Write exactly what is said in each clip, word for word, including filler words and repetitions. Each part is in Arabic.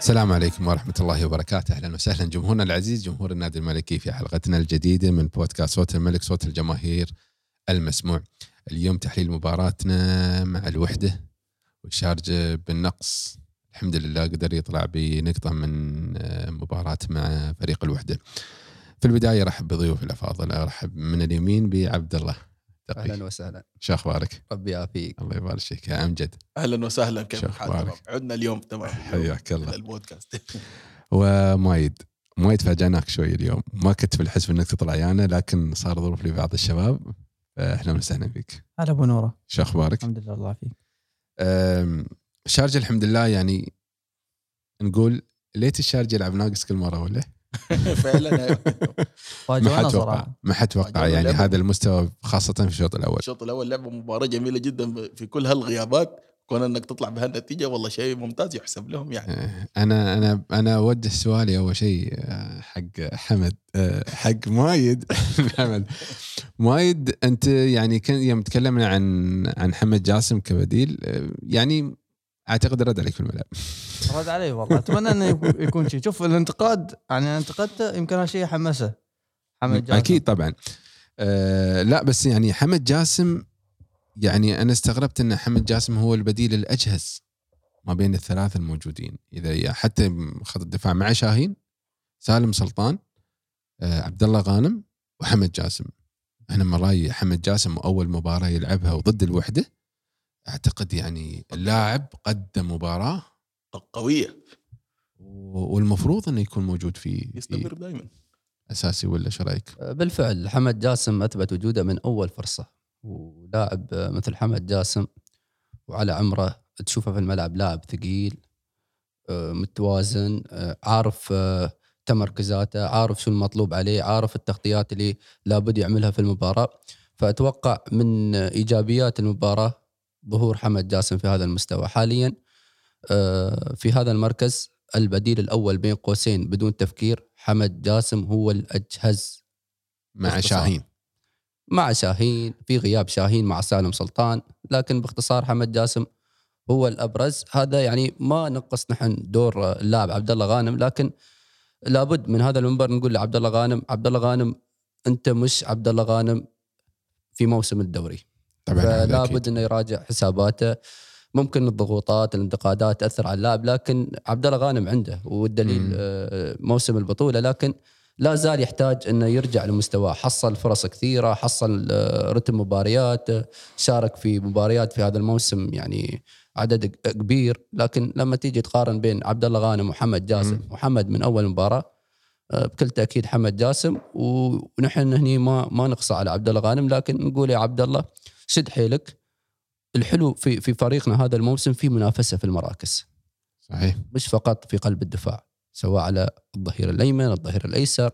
السلام عليكم ورحمة الله وبركاته. أهلا وسهلا جمهورنا العزيز، جمهور النادي الملكي، في حلقتنا الجديدة من بودكاست صوت الملك، صوت الجماهير المسموع. اليوم تحليل مباراتنا مع الوحدة والشارجة بالنقص. الحمد لله قدر يطلع بنقطة من مباراة مع فريق الوحدة. في البداية رحب بضيوف الأفاضل، أرحب من اليمين بعبد الله. أهلا وسهلا. شو أخبارك؟ ربي يعافيك. الله يبارك فيك يا أمجد. أهلا وسهلا، كيف حالك؟ عدنا اليوم تمام. حياك الله. البودكاست. ومايد مايد فاجأناك شوي اليوم، ما كنت في الحسب انك تطلع يانا، لكن صار ظروف لبعض الشباب. اهلا وسهلا فيك. هلا ابو نوره، شو اخبارك؟ الحمد لله الله فيك. الشارجة الحمد لله، يعني نقول ليت الشارجة يلعب ناقص كل مره ولا فعلا ما حد توقع ما حد توقع يعني هذا المستوى، خاصه في الشوط الاول. الشوط الاول لعبه مباراه جميله جدا في كل هالغيابات، كون انك تطلع بهالنتيجه والله شيء ممتاز يحسب لهم. يعني انا انا انا اوجه سؤالي اول شيء حق حمد، حق مايد. حمد مايد، انت يعني كان يوم تكلمنا عن عن حمد جاسم كبديل، يعني اعتقد رد عليك في الملعب. رد علي والله، اتمنى انه يكون شيء. شوف الانتقاد، يعني انتقدته يمكن هذا شيء حمسه حمد جاسم. اكيد طبعا. أه لا بس يعني حمد جاسم، يعني أنا استغربت أن حمد جاسم هو البديل الأجهز ما بين الثلاثة الموجودين. إذا حتى خط الدفاع مع شاهين، سالم سلطان، عبد الله غانم، وحمد جاسم. أنا من رأيي حمد جاسم أول مباراة يلعبها وضد الوحدة، أعتقد يعني اللاعب قدم مباراة قوية، والمفروض أنه يكون موجود في يستمر دائما أساسي. ولا شو رأيك؟ بالفعل حمد جاسم أثبت وجوده من أول فرصة، ولاعب مثل حمد جاسم وعلى عمره تشوفه في الملعب لاعب ثقيل متوازن، عارف تمركزاته، عارف شو المطلوب عليه، عارف التغطيات اللي لابد يعملها في المباراة. فأتوقع من إيجابيات المباراة ظهور حمد جاسم في هذا المستوى حاليا في هذا المركز البديل الأول بين قوسين بدون تفكير. حمد جاسم هو الأجهز مع باختصار. شاهين مع شاهين في غياب شاهين مع سالم سلطان، لكن باختصار حمد جاسم هو الأبرز. هذا يعني ما نقص نحن دور اللاعب عبد الله غانم، لكن لابد من هذا المنبر نقول لعبد الله غانم، عبد الله غانم أنت مش عبد الله غانم في موسم الدوري، فلا بد انه يراجع حساباته. ممكن الضغوطات الانتقادات تأثر على اللاعب، لكن عبد الله غانم عنده والدليل م. موسم البطولة، لكن لا زال يحتاج انه يرجع لمستواه. حصل فرص كثيرة، حصل رتم مباريات، شارك في مباريات في هذا الموسم يعني عدد كبير، لكن لما تيجي تقارن بين عبد الله غانم ومحمد جاسم، محمد من اول مباراة بكل تأكيد حمد جاسم. ونحن هني ما ما نقصى على عبد الله غانم، لكن نقول يا عبد الله شد حيلك. الحلو في في فريقنا هذا الموسم في منافسة في المراكز، صحيح، مش فقط في قلب الدفاع، سواء على الظهير الأيمن، الظهير الأيسر،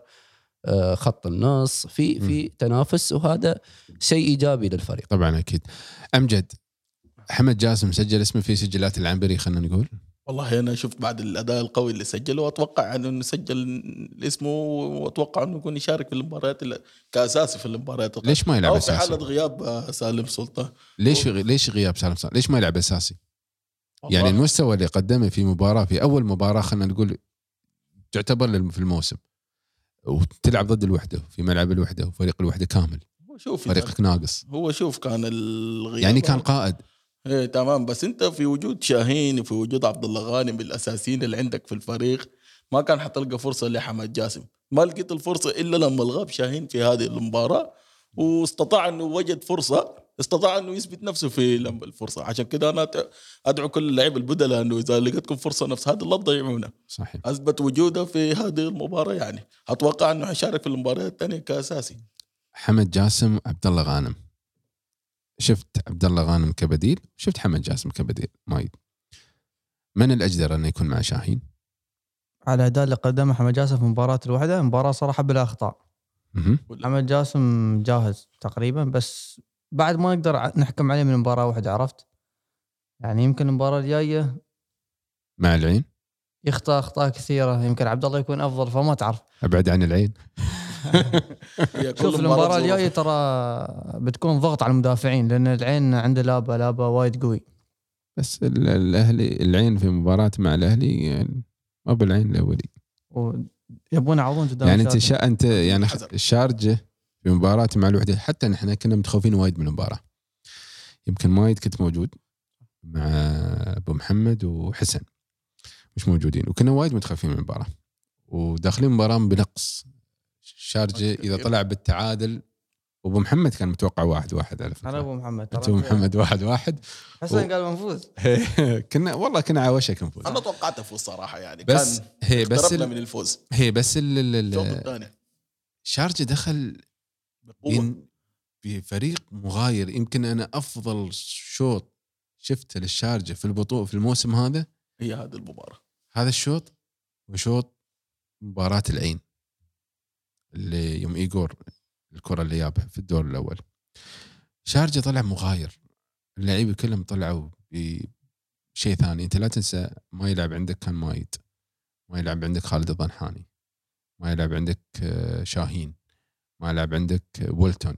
خط النص، في في تنافس، وهذا شيء إيجابي للفريق. طبعا أكيد. أمجد، حمد جاسم سجل اسمه في سجلات العنبري، خلنا نقول. والله أنا شفت بعد الأداء القوي اللي سجله، وأتوقع أنه سجل اسمه، وأتوقع أنه يكون يشارك في المباريات كأساسي في المباريات. ليش ما يلعب أساسي؟ أو في حالة غياب سالم سلطان. ليش و... ليش غياب سالم سلطان؟ ليش ما يلعب أساسي؟ يعني المستوى اللي قدمه في مباراة، في أول مباراة خلنا نقول تعتبر في الموسم، وتلعب ضد الوحدة في ملعب الوحدة وفريق الوحدة كامل، شوف فريقك ناقص. هو شوف كان الغياب يعني كان قائد. ايه تمام، بس انت في وجود شاهين وفي وجود عبد الله غانم الاساسيين اللي عندك في الفريق، ما كان حتلقى فرصه لحمد جاسم. ما لقيت الفرصه الا لما الغاب شاهين في هذه المباراه، واستطاع انه وجد فرصه، استطاع انه يثبت نفسه في لما الفرصه. عشان كده انا ادعو كل اللاعبين البدلاء انه اذا لقيتكم فرصه نفس هذه لا تضيعونها. صحيح، اثبت وجوده في هذه المباراه، يعني اتوقع انه حيشارك في المباريات الثانيه كاساسي. حمد جاسم، عبد الله غانم. شفت عبد الله غانم كبديل، شفت حمد جاسم كبديل. مايد، من الأجدر أن يكون مع شاهين؟ على الأداء اللي قدمه حمد جاسم في مباراة الوحدة، مباراة صراحة بلا أخطاء. حمد جاسم جاهز تقريبا، بس بعد ما نقدر نحكم عليه من مباراة واحدة، عرفت يعني. يمكن المباراة الجاية مع العين يخطأ أخطاء كثيرة، يمكن عبد الله يكون أفضل، فما تعرف. أبعد عن العين. شوف المباراة الجاية ترى بتكون ضغط على المدافعين، لأن العين عنده لابا لابا وايد قوي. بس الأهلي العين في مباراة مع الأهلي يعني ما بالعين الاولي. يبون يعوضون قدام يعني انت شا... انت يعني الشارجه في مباراه مع الوحده، حتى نحن كنا متخوفين وايد من المباراه. يمكن وايد كنت موجود مع ابو محمد وحسن مش موجودين، وكنا وايد متخوفين من المباراه وداخلين مباراه بنقص. الشارجه اذا طلع بالتعادل، وابو محمد كان متوقع واحد واحد على فكره. انا ابو محمد ابو محمد واحد واحد حسن و... قال منفوز. كنا والله كنا عاوشك نفوز. انا توقعت افوز صراحه يعني، بس كان هي بس ال... من الفوز. هي بس الشوط الثاني الشارجه دخل بقوه بفريق مغاير. يمكن انا افضل شوط شفته للشارجه في البطوله في الموسم هذا هي هذه المباراه، هذا الشوط وشوط مباراه العين اللي يوم ايغور الكره اللي جابها في الدور الاول. شارجه طلع مغاير، اللعيبه كلهم طلعوا بشيء ثاني. انت لا تنسى ما يلعب عندك كان مايد، ما يلعب عندك خالد الضنحاني، ما يلعب عندك شاهين، ما يلعب عندك ويلتون،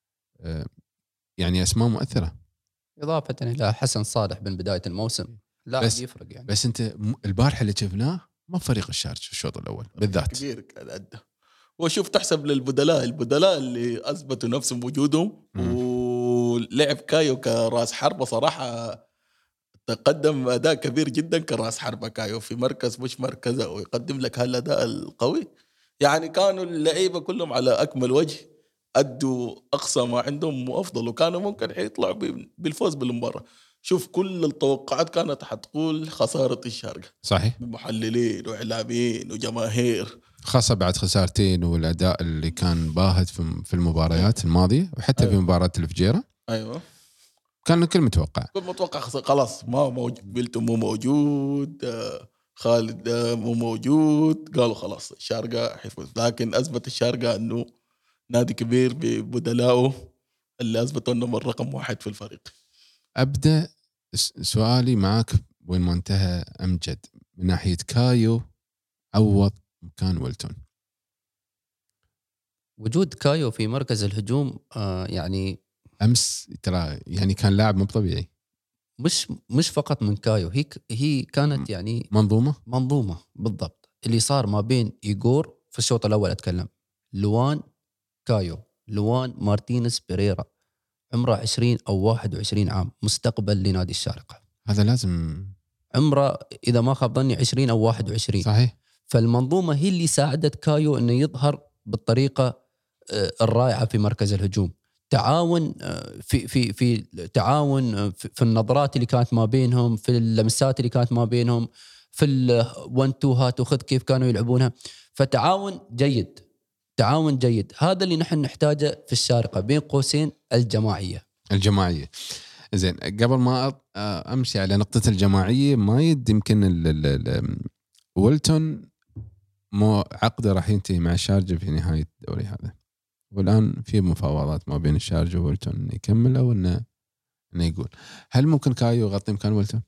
يعني اسماء مؤثره اضافه الى حسن صالح من بدايه الموسم. لا يفرق يعني. بس انت البارحه اللي شفناه ما فريق الشارجه في الشوط الاول بالذات كبير كان ادى. وشوف تحسب للبدلاء البدلاء اللي اثبتوا نفسهم وجودهم، ولعب كايو كراس حربه صراحه تقدم اداء كبير جدا كراس حربه كايو في مركز مش مركزه، ويقدم لك هالاداء القوي. يعني كانوا اللعيبه كلهم على اكمل وجه، ادوا اقصى ما عندهم وافضل، وكانوا ممكن يطلعوا بالفوز بالمباراه. شوف كل التوقعات كانت حتقول خساره الشارقه، صحيح، محللين واعلاميين وجماهير، خاصة بعد خسارتين والأداء اللي كان باهت في المباريات الماضية وحتى أيوة. في مباراة الفجيرة أيوة كان الكل متوقع كل متوقع خلاص ما موجود، بيلتو مو موجود، خالد مو موجود، قالوا خلاص الشارقة حيفوز. لكن أثبت الشارقة أنه نادي كبير ببدلائه اللي أثبتوا أنه الرقم واحد في الفريق. أبدأ سؤالي معك وين ما انتهى أمجد من ناحية كايو عوض مكان ويلتون. وجود كايو في مركز الهجوم آه يعني امس ترى يعني كان لاعب مو طبيعي، مش مش فقط من كايو، هي هي كانت يعني منظومه منظومه بالضبط. اللي صار ما بين ايغور في الشوط الاول اتكلم، لوان كايو، لوان مارتينيز بيريرا، عمره عشرين او واحد وعشرين عام، مستقبل لنادي الشارقه. هذا لازم عمره اذا ما خاب ظني عشرين او واحد وعشرين. صحيح. فالمنظومه هي اللي ساعدت كايو انه يظهر بالطريقه الرائعه في مركز الهجوم. تعاون في في في تعاون في النظرات اللي كانت ما بينهم، في اللمسات اللي كانت ما بينهم، في الون تو هات وخذ كيف كانوا يلعبونها. فتعاون جيد، تعاون جيد. هذا اللي نحن نحتاجه في الشارقه، بين قوسين الجماعيه. الجماعيه زين. قبل ما امشي على نقطه الجماعيه، ما يد يمكن ويلتون مو عقده راح ينتهي مع الشارجه في نهايه الدوري هذا، والآن في مفاوضات ما بين الشارجة وويلتون إنه يكمل أو إنه إنه يقول. هل ممكن كايو يغطي مكان ويلتون؟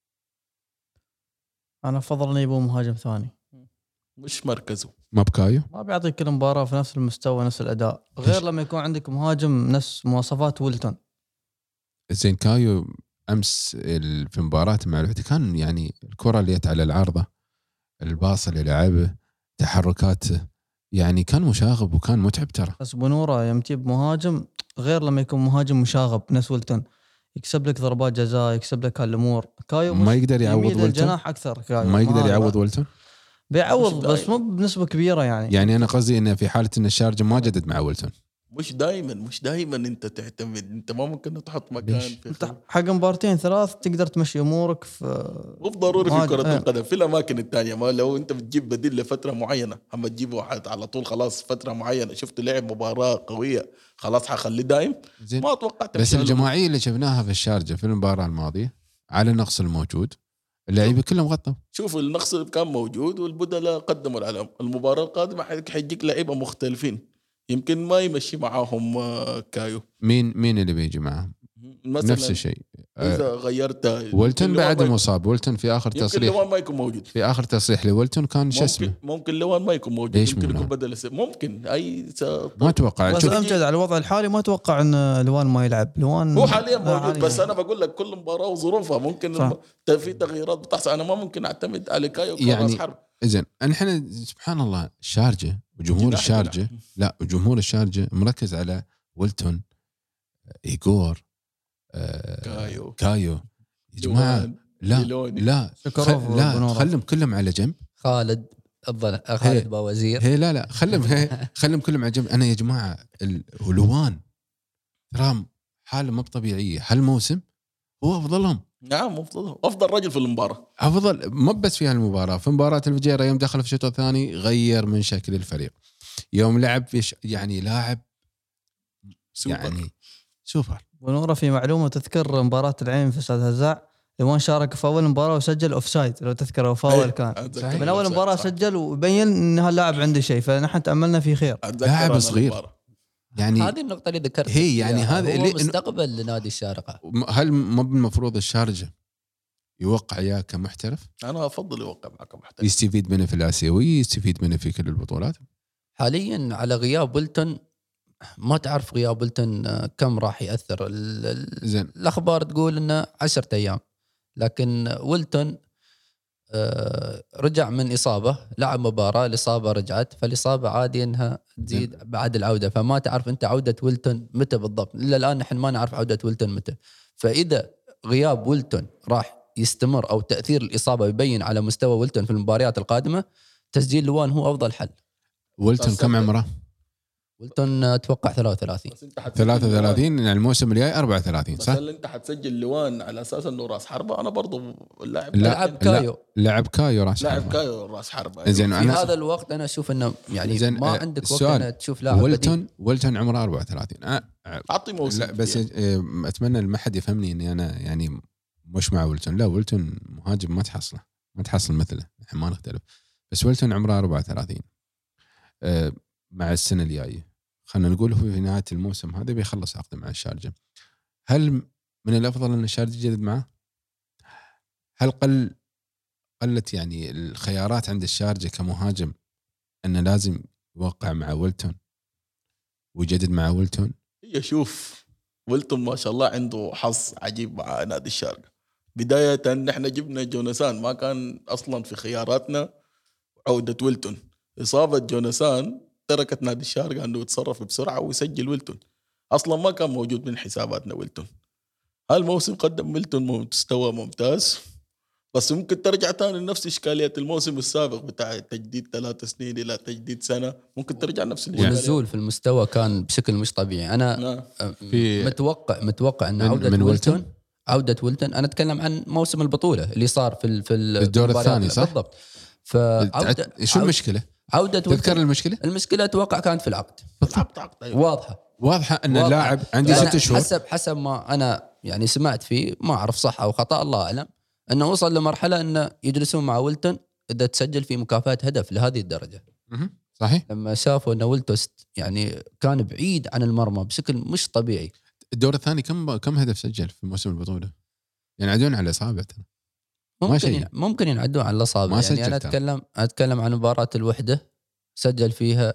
أنا أفضل إنه يبون مهاجم ثاني مش مركزه، ما بكايو ما بيعطيك كل مباراة في نفس المستوى نفس الأداء، غير لما يكون عندك مهاجم نفس مواصفات ويلتون. زين كايو أمس في مباراة مع الوحدة كان يعني الكرة اللي جت على العارضة، الباص اللي لعبه، تحركاته، يعني كان مشاغب وكان متعب ترى. بس بنورة يمتي بمهاجم غير لما يكون مهاجم مشاغب نفس ويلتون، يكسب لك ضربات جزاء، يكسب لك هالأمور. كايو ما يقدر يعوض ويلتون، الجناح أكثر. كايو ما يقدر يعوض ويلتون، بيعوض بس مو بنسبة كبيرة يعني. يعني أنا قصدي إنه في حالة إن الشارجة ما جدد مع ويلتون. مش دايما مش دايما انت تعتمد، انت ما ممكن تحط مكان في حق مبارتين ثلاث تقدر تمشي امورك. في مو ضروري في كرة القدم، في الاماكن الثانيه. ما لو انت بتجيب بديل لفتره معينه، اما تجيب واحد على طول خلاص فتره معينه شفت لعب مباراه قويه خلاص حخليه دايم. ما توقعت. بس الجماعيه اللي شفناها في الشارجه في المباراه الماضيه على النقص الموجود، اللعيبه كلهم غطوا. شوف النقص كان موجود والبدلاء قدموا العلم. المباراه القادمه حيجيك لعيبه مختلفين، يمكن ما يمشي معاهم كايو. مين مين اللي بيجي معاهم؟ نفس الشيء اذا غيرتها ويلتون بعد مصاب. ويلتون في اخر تصريح يمكن لوان ما يكون موجود. في اخر تصريح لويلتون كان شو اسمه ممكن لوان ما يكون موجود. يمكن يكون بدل ممكن اي س... ما اتوقع. بس امجد على الوضع الحالي ما اتوقع ان لوان ما يلعب. لوان هو حاليا موجود بس انا بقول لك كل مباراه وظروفها ممكن صح. في تغييرات بتحصل. انا ما ممكن اعتمد على كايو يعني حرب. اذن احنا سبحان الله الشارجه وجمهور الشارجه لا وجمهور الشارجه مركز على ويلتون إيغور آه كايو كايو يا جماعه لا لا خل لا خلهم كلهم على جنب. خالد الظل خالد باوزير هي لا لا خلهم خلهم كلهم على جنب. انا يا جماعه الهلوان ترى حاله مو طبيعيه. هالموسم هو افضلهم. نعم افضل افضل رجل في المباراه. افضل مو بس في هالمباراه في مباراه الفجيره يوم دخل في الشوط الثاني غير من شكل الفريق. يوم لعب في ش... يعني لاعب سوبر. يعني سوبر. ونورة في معلومه تذكر مباراه العين في استاد هزاع لوان شارك في اول مباراه وسجل اوفسايد لو تذكر فاول كان من اول مباراه سجل وبين ان هاللاعب عنده شيء فنحن تاملنا في خير. لاعب صغير يعني هذه النقطه اللي ذكرتها هي يعني هذا اللي مستقبل لنادي الشارقه. هل مو بالمفروض الشارجه يوقع اياه كمحترف؟ انا افضل يوقع معك كمحترف يستفيد منه في الاسيوي يستفيد منه في كل البطولات. حاليا على غياب ويلتون ما تعرف غياب ويلتون كم راح يأثر. الأخبار تقول إنه عشرة أيام لكن ويلتون رجع من إصابة لعب مباراة الإصابة رجعت فالإصابة عادي إنها تزيد بعد العودة فما تعرف أنت عودة ويلتون متى بالضبط. إلا الآن نحن ما نعرف عودة ويلتون متى. فإذا غياب ويلتون راح يستمر أو تأثير الإصابة يبين على مستوى ويلتون في المباريات القادمة تسجيل لوان هو أفضل حل. ويلتون كم عمره؟ ويلتون اتوقع ثلاثة وثلاثين ثلاثة وثلاثين يعني الموسم الجاي أربعة وثلاثين صح؟ بس انت حتسجل لوان على اساس انه راس حربه. انا برضو اللاعب لعب كايو لعب كايو راس حربه لاعب كايو راس حربه أيوة. زين في أنا هذا الوقت انا اشوف انه يعني ما عندك وقت انك تشوف لاعب ويلتون ويلتون عمره أربعة وثلاثين. اعطي موسم لا بس يعني. اتمنى ما حد يفهمني اني انا يعني مش مع ويلتون. لا ويلتون مهاجم ما تحصله ما تحصل مثله احنا ما نختلف. بس ويلتون عمره أربعة وثلاثين أه مع السنه الجايه خلينا نقول هو في نهاية الموسم هذا بيخلص عقده مع الشارجة. هل من الأفضل أن الشارجة يجدد معه؟ هل قل قلت يعني الخيارات عند الشارجة كمهاجم أنه لازم يوقع مع ويلتون ويجدد مع ويلتون؟ هي شوف ويلتون ما شاء الله عنده حظ عجيب مع نادي الشارقة. بداية نحن جبنا جوناثان ما كان أصلا في خياراتنا عودة ويلتون. إصابة جوناثان تركت نادي الشارقة أنه يتصرف بسرعة ويسجل ويلتون. أصلا ما كان موجود من حساباتنا ويلتون. هالموسم قدم ويلتون مستوى ممتاز بس ممكن ترجع تاني لنفس إشكالية الموسم السابق بتاع تجديد ثلاث سنين إلى تجديد سنة. ممكن ترجع نفس الإشكالية. ونزول في المستوى كان بشكل مش طبيعي. أنا لا. متوقع متوقع أن عودة من ويلتون, ويلتون عودة ويلتون أنا أتكلم عن موسم البطولة اللي صار في في الدور الثاني صح؟ بالضبط. فعودة شو المشكلة؟ عودة تذكر المشكلة؟ المشكلة أتوقع كانت في العقد. واضحة واضحة أن اللاعب عندي ست شهور. حسب حسب ما أنا يعني سمعت فيه ما أعرف صح أو خطأ الله أعلم أنه وصل لمرحلة أنه يجلسون مع ويلتون إذا تسجل في مكافأة هدف لهذه الدرجة. صحيح. لما شافوا أن ويلتوست يعني كان بعيد عن المرمى بشكل مش طبيعي. الدور الثاني كم كم هدف سجل في موسم البطولة؟ ينعدون على إصابته. ممكن ين... ممكن ينعدون على الأصابع. يعني أنا أتكلم أتكلم عن مباراة الوحدة سجل فيها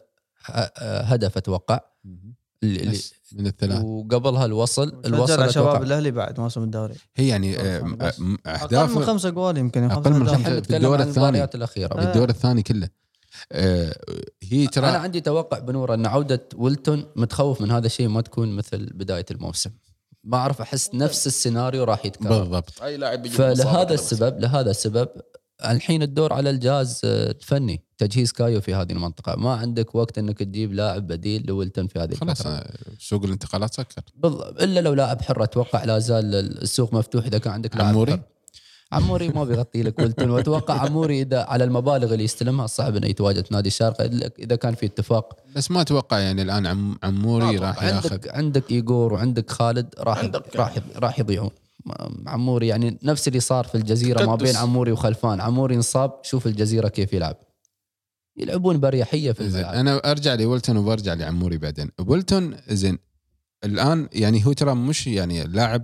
هدف أتوقع اللي من الثلاث وقبلها الوصل الوصل على شباب الأهلي بعد موسم الدوري. هي يعني أهداف أقل من خمسة جوال يمكن أقل من خمسة في الدور الثاني الأخيرة في الدور الثاني كله. آه هي ترى أنا عندي توقع بنورة أن عودة ويلتون متخوف من هذا الشيء ما تكون مثل بداية الموسم. ما أعرف أحس نفس السيناريو راح يتكرر بالضبط. أي لاعب فلهذا السبب لهذا السبب الحين الدور على الجهاز الفني تجهيز كايو في هذه المنطقة. ما عندك وقت أنك تجيب لاعب بديل لويلتون في هذه خلاص سوق الانتقالات سكر إلا لو لاعب حر. أتوقع لا زال السوق مفتوح إذا كان عندك لاعب عموري حر. عموري ما بيغطي لك ويلتون. وأتوقع عموري إذا على المبالغ اللي يستلمها صعب أنه يتواجد نادي الشارقة إذا كان في اتفاق. بس ما أتوقع يعني الآن عم عموري راح ياخذ. عندك عندك إيغور وعندك خالد راح راح راح يضيعون. عموري يعني نفس اللي صار في الجزيرة ما بين عموري وخلفان. عموري انصاب شوف الجزيرة كيف يلعب يلعبون بريحية في الملعب. أنا أرجع لي ويلتون وبرجع لعموري بعدين. ويلتون زين الآن يعني هو ترى مش يعني لاعب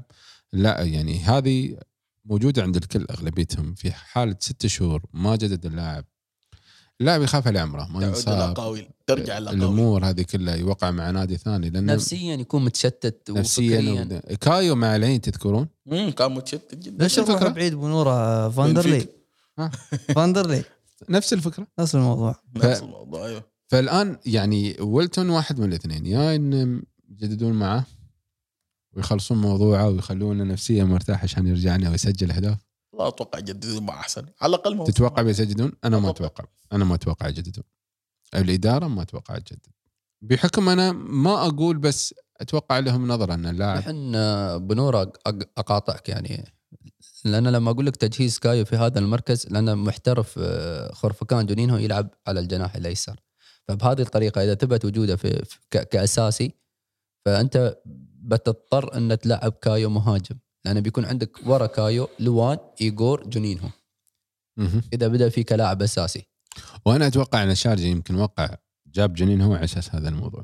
لا يعني هذه موجوده عند الكل اغلبيتهم. في حاله ست شهور ما جدد اللاعب، اللاعب يخاف على عمره ما ينصاب، ترجع الأقاويل. الامور هذه كلها يوقع مع نادي ثاني لانه نفسيا يكون متشتت نفسيا وفكريا. كايو مع العين تذكرون امم كان متشتت جدا. ليش نروح بعيد بنوره فاندرلي فاندرلي نفس الفكره نفس الموضوع ف... نفس الموضوع ايوه. فالان يعني ويلتون واحد من الاثنين، يا ان يجددون معه ويخلصون موضوعه ويخلونه نفسيا مرتاح عشان يرجعنا ويسجل اهداف. لا اتوقع يجددون مع احسن على الاقل. تتوقع بيسجدون؟ انا ما اتوقع انا ما اتوقع يجددون. الاداره ما اتوقع تجدد بحكم انا ما اقول، بس اتوقع لهم نظره ان اللاعب. نحن بنورة اقاطعك يعني، لان لما اقول لك تجهيز كايو في هذا المركز، لان محترف خرفكان جونينهو يلعب على الجناح الايسر، فبهذه الطريقه اذا ثبت وجوده في كاساسي فانت بتضطر ان تلعب كايو مهاجم، لانه بيكون عندك ورا كايو لوان ايغور جونينهو اذا بدا في كلاعب اساسي. وانا اتوقع ان شارجي يمكن وقع جاب جونينهو على اساس هذا الموضوع.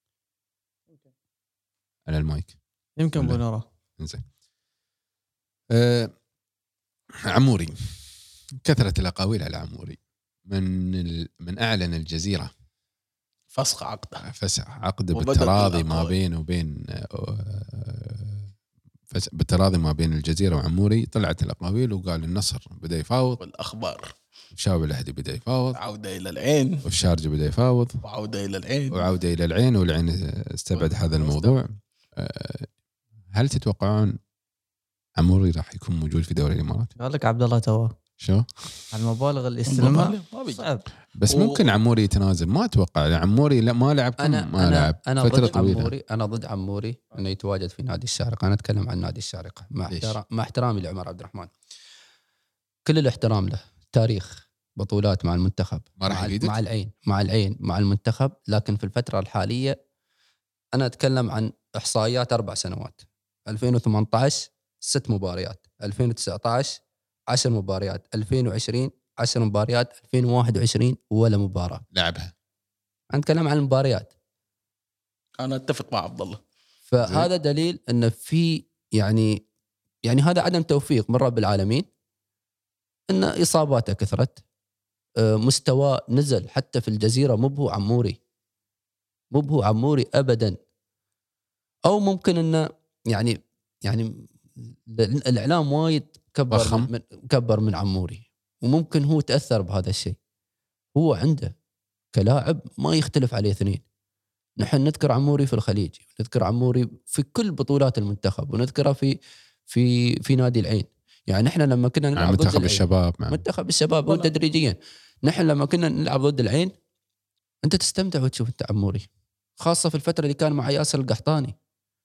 على المايك يمكن بنورة. زين. أه عموري، كثرة الأقاويل على عموري من ال... من أعلن الجزيرة فسخ عقده فسخ عقده بالتراضي ما بين وبين فس... بالتراضي ما بين الجزيرة وعموري. طلعت الأقاويل وقال النصر بدأ يفاوض، والأخبار وشاوي الأهلي بدأ يفاوض، عودة إلى العين، والشارجة بدأ يفاوض، وعودة إلى العين وعودة إلى العين، والعين استبعد هذا الموضوع. أه هل تتوقعون عموري راح يكون موجود في دوري الإمارات؟ قال لك عبد الله توا شو على المبالغ اللي استلمها صعب، بس ممكن عموري يتنازل. ما اتوقع عموري لا ما لعب أنا ما أنا لعب أنا فتره ضد طويله. عموري انا ضد عموري انه يتواجد في نادي الشارقه. انا اتكلم عن نادي الشارقه مع احترام مع احترامي لعمر عبد الرحمن، كل الاحترام له، تاريخ بطولات مع المنتخب ما راح مع, مع العين مع العين مع المنتخب، لكن في الفتره الحاليه انا اتكلم عن احصائيات اربع سنوات. ألفين وثمانية عشر ست مباريات، ألفين وتسعة عشر عشر مباريات، ألفين وعشرين عشر مباريات، ألفين وواحد وعشرين ولا مباراة لعبها. أنا أتكلم عن المباريات. أنا أتفق مع عبد الله. فهذا دليل أن في يعني يعني هذا عدم توفيق من رب العالمين، أن إصاباته كثرت، مستوى نزل حتى في الجزيرة. مو بهو عموري مو بهو عموري أبدا. أو ممكن أنه يعني يعني الإعلام وايد كبر من كبر من عموري، وممكن هو تأثر بهذا الشيء. هو عنده كلاعب ما يختلف عليه اثنين. نحن نذكر عموري في الخليج، نذكر عموري في كل بطولات المنتخب، ونذكره في في في نادي العين. يعني نحن لما كنا نلعب ضد منتخب الشباب مع منتخب الشباب وتدريجيا نحن لما كنا نلعب ضد العين انت تستمتع وتشوف انت عموري، خاصة في الفترة اللي كان مع ياسر القحطاني.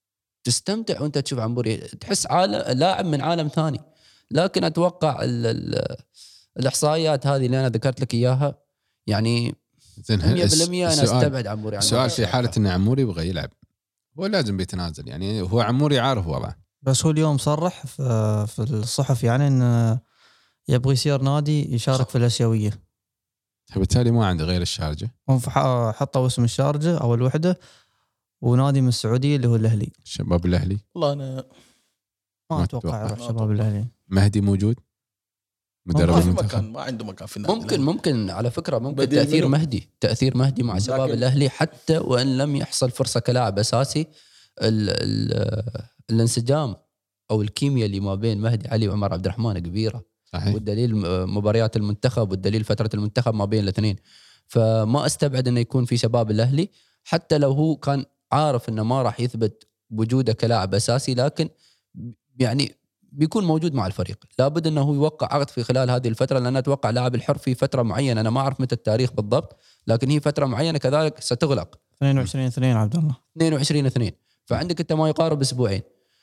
تستمتع وانت تشوف عموري، تحس عالم لاعب من عالم ثاني. لكن اتوقع ال ال الاحصائيات هذه اللي انا ذكرت لك اياها يعني مية بالمية انا استبعد عموري. يعني السؤال في حالة ان عموري يبغى يلعب هو لازم بيتنازل. يعني هو عموري عارف وضعه، بس هو اليوم صرح في في الصحف يعني انه يبغى يصير نادي يشارك في الاسيويه، فبالتالي ما عنده غير الشارجه. هم حطوا اسم الشارجه او الوحده ونادي من السعوديه اللي هو الاهلي. شباب الاهلي والله انا ما اتوقع يروح شباب الاهلي. مهدي موجود مدرب ما المنتخب، ما عنده مكان في النادي. ممكن ممكن على فكره ممكن تاثير منه. مهدي تاثير مهدي مع شباب الاهلي، حتى وان لم يحصل فرصه كلاعب اساسي. ال ال الانسجام او الكيمياء اللي ما بين مهدي علي وعمر عبد الرحمن كبيره. صحيح. والدليل مباريات المنتخب، والدليل فتره المنتخب ما بين الاثنين. فما استبعد انه يكون في شباب الاهلي، حتى لو هو كان عارف انه ما راح يثبت وجوده كلاعب اساسي، لكن يعني بيكون موجود مع الفريق. لابد انه هو يوقع عقد في خلال هذه الفتره، لان اتوقع لاعب الحر في فتره معينه، انا ما اعرف متى التاريخ بالضبط، لكن هي فتره معينه كذلك ستغلق. اثنين وعشرين اثنين عبد الله اثنين وعشرين اثنين، فعندك انت ما يقارب اسبوعين.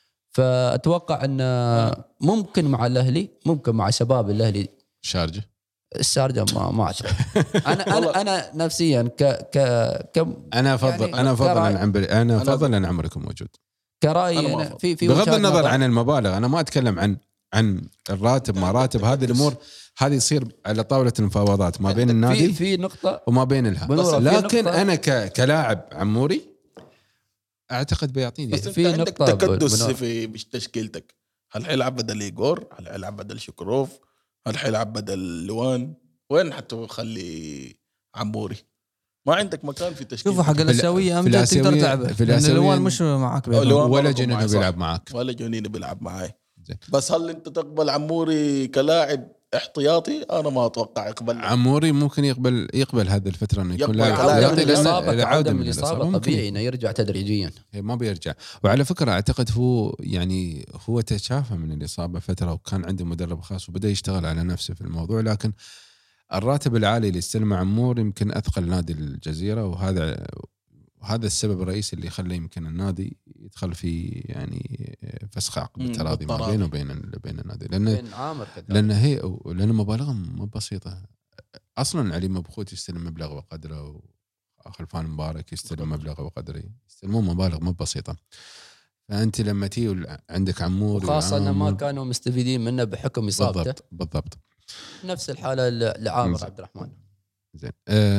فاتوقع ان ممكن مع الاهلي، ممكن مع شباب الاهلي. شارجه الشارجه ما ما اعرف. انا انا انا نفسيا ك ك ك انا افضل يعني انا افضل ان عمري انا افضل ان عمري يكون موجود كراي. أنا في في بغض النظر عن المبالغ، انا ما اتكلم عن عن الراتب ما راتب، هذه الامور هذه يصير على طاوله المفاوضات ما بين النادي في في نقطه وما بين الها. لكن انا ك كلاعب عموري اعتقد بيعطيني في نقطه تكدس في تشكيلتك. هل حيلعب بدل إيغور؟ هل حيلعب بدل شكروف؟ هل حيلعب بدل لوان؟ وين حتى خلي عموري؟ ما عندك مكان في تشكيل. شوفوا حق الاسيويه امجد تقدر تلعبه في لان الوان مش معك ولا جنينو بيلعب معك ولا جنينو بيلعب معاي. بس هل انت تقبل عموري كلاعب احتياطي؟ انا ما اتوقع يقبل. عموري ممكن يقبل يقبل هذه الفتره انه يكون لاعب احتياطي للاصابه، عوده من الاصابه طبيعي انه يرجع تدريجيا. ما بيرجع. وعلى فكره اعتقد هو يعني هو تشافى من الاصابه فتره وكان عنده مدرب خاص وبدا يشتغل على نفسه في الموضوع، لكن الراتب العالي اللي استلمه عمور يمكن اثقل نادي الجزيره، وهذا وهذا السبب الرئيسي اللي خلى يمكن النادي يدخل في يعني فسخ عقد التراضي ما بينه وبين بين النادي، لأن لأن هي لأن مبالغهم مو بسيطة أصلا. علي مبخوت يستلم مبلغ وقدره، وخلفان مبارك يستلم مبلغ وقدره، يستلمون مبالغ مو بسيطة. فأنت لما تي عندك عمور خاصة أن ما كانوا مستفيدين منه بحكم إصابته. بالضبط بالضبط نفس الحالة لعامر عبد الرحمن. زين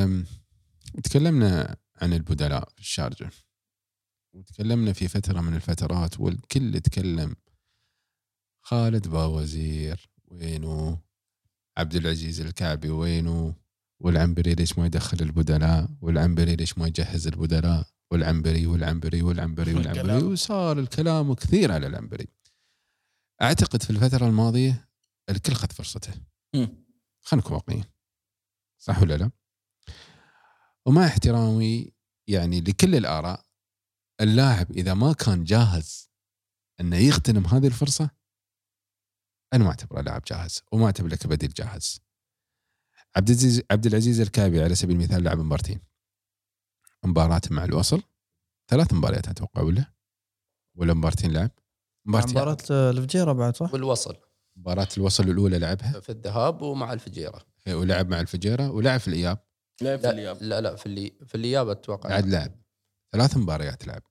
تكلمنا عن البدلاء في الشارجة، وتكلمنا في فترة من الفترات والكل تكلم خالد باوزير وينه، عبد العزيز الكعبي وينه، والعنبري ليش ما يدخل البدلاء، والعنبري ليش ما يجهز البدلاء، والعنبري والعنبري والعنبري والعنبري وصار الكلام كثير على العنبري. أعتقد في الفترة الماضية الكل خذ فرصته، خلينا نكون واقعيين، صح ولا لا؟ ومع احترامي يعني لكل الآراء، اللاعب إذا ما كان جاهز أنه يغتنم هذه الفرصة أنا ما أعتبره لاعب جاهز، وما أعتبر لك بديل جاهز. عبد العزيز عبد العزيز الكعبي على سبيل المثال لعب مباراتين، مباراة مع الوصل، ثلاث مباريات أتوقع ولا ولا مباراتين لعب، مباراة الفجيرة بعد صح؟ والوصل، مباراة الوصل الأولى لعبها في الذهاب ومع الفجيرة، ولعب مع الفجيرة ولعب في الإياب. لا في الإياب لا لا في اللي في الإياب أتوقع بعد لعب ثلاث مباريات لعب.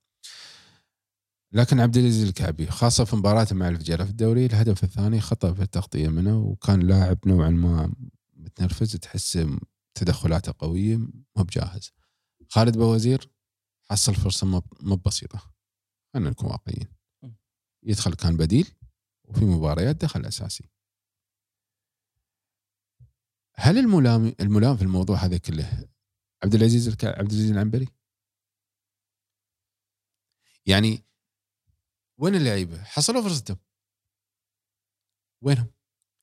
لكن عبد العزيز الكعبي خاصة في مباراة مع الفجيرة في الدوري الهدف الثاني خطأ في التغطية منه، وكان لاعب نوعا ما متنرفز، تحس تدخلاته قوية ما بجاهز. خالد باوزير حصل فرصة ما بسيطة، خلينا نكون واقعيين، يدخل كان بديل وفي مباريات دخل أساسي. هل الملام الملام في الموضوع هذا كله عبد العزيز الك... عبد العزيز العنبري؟ يعني وين اللعيبه حصلوا فرصتهم؟ وينهم؟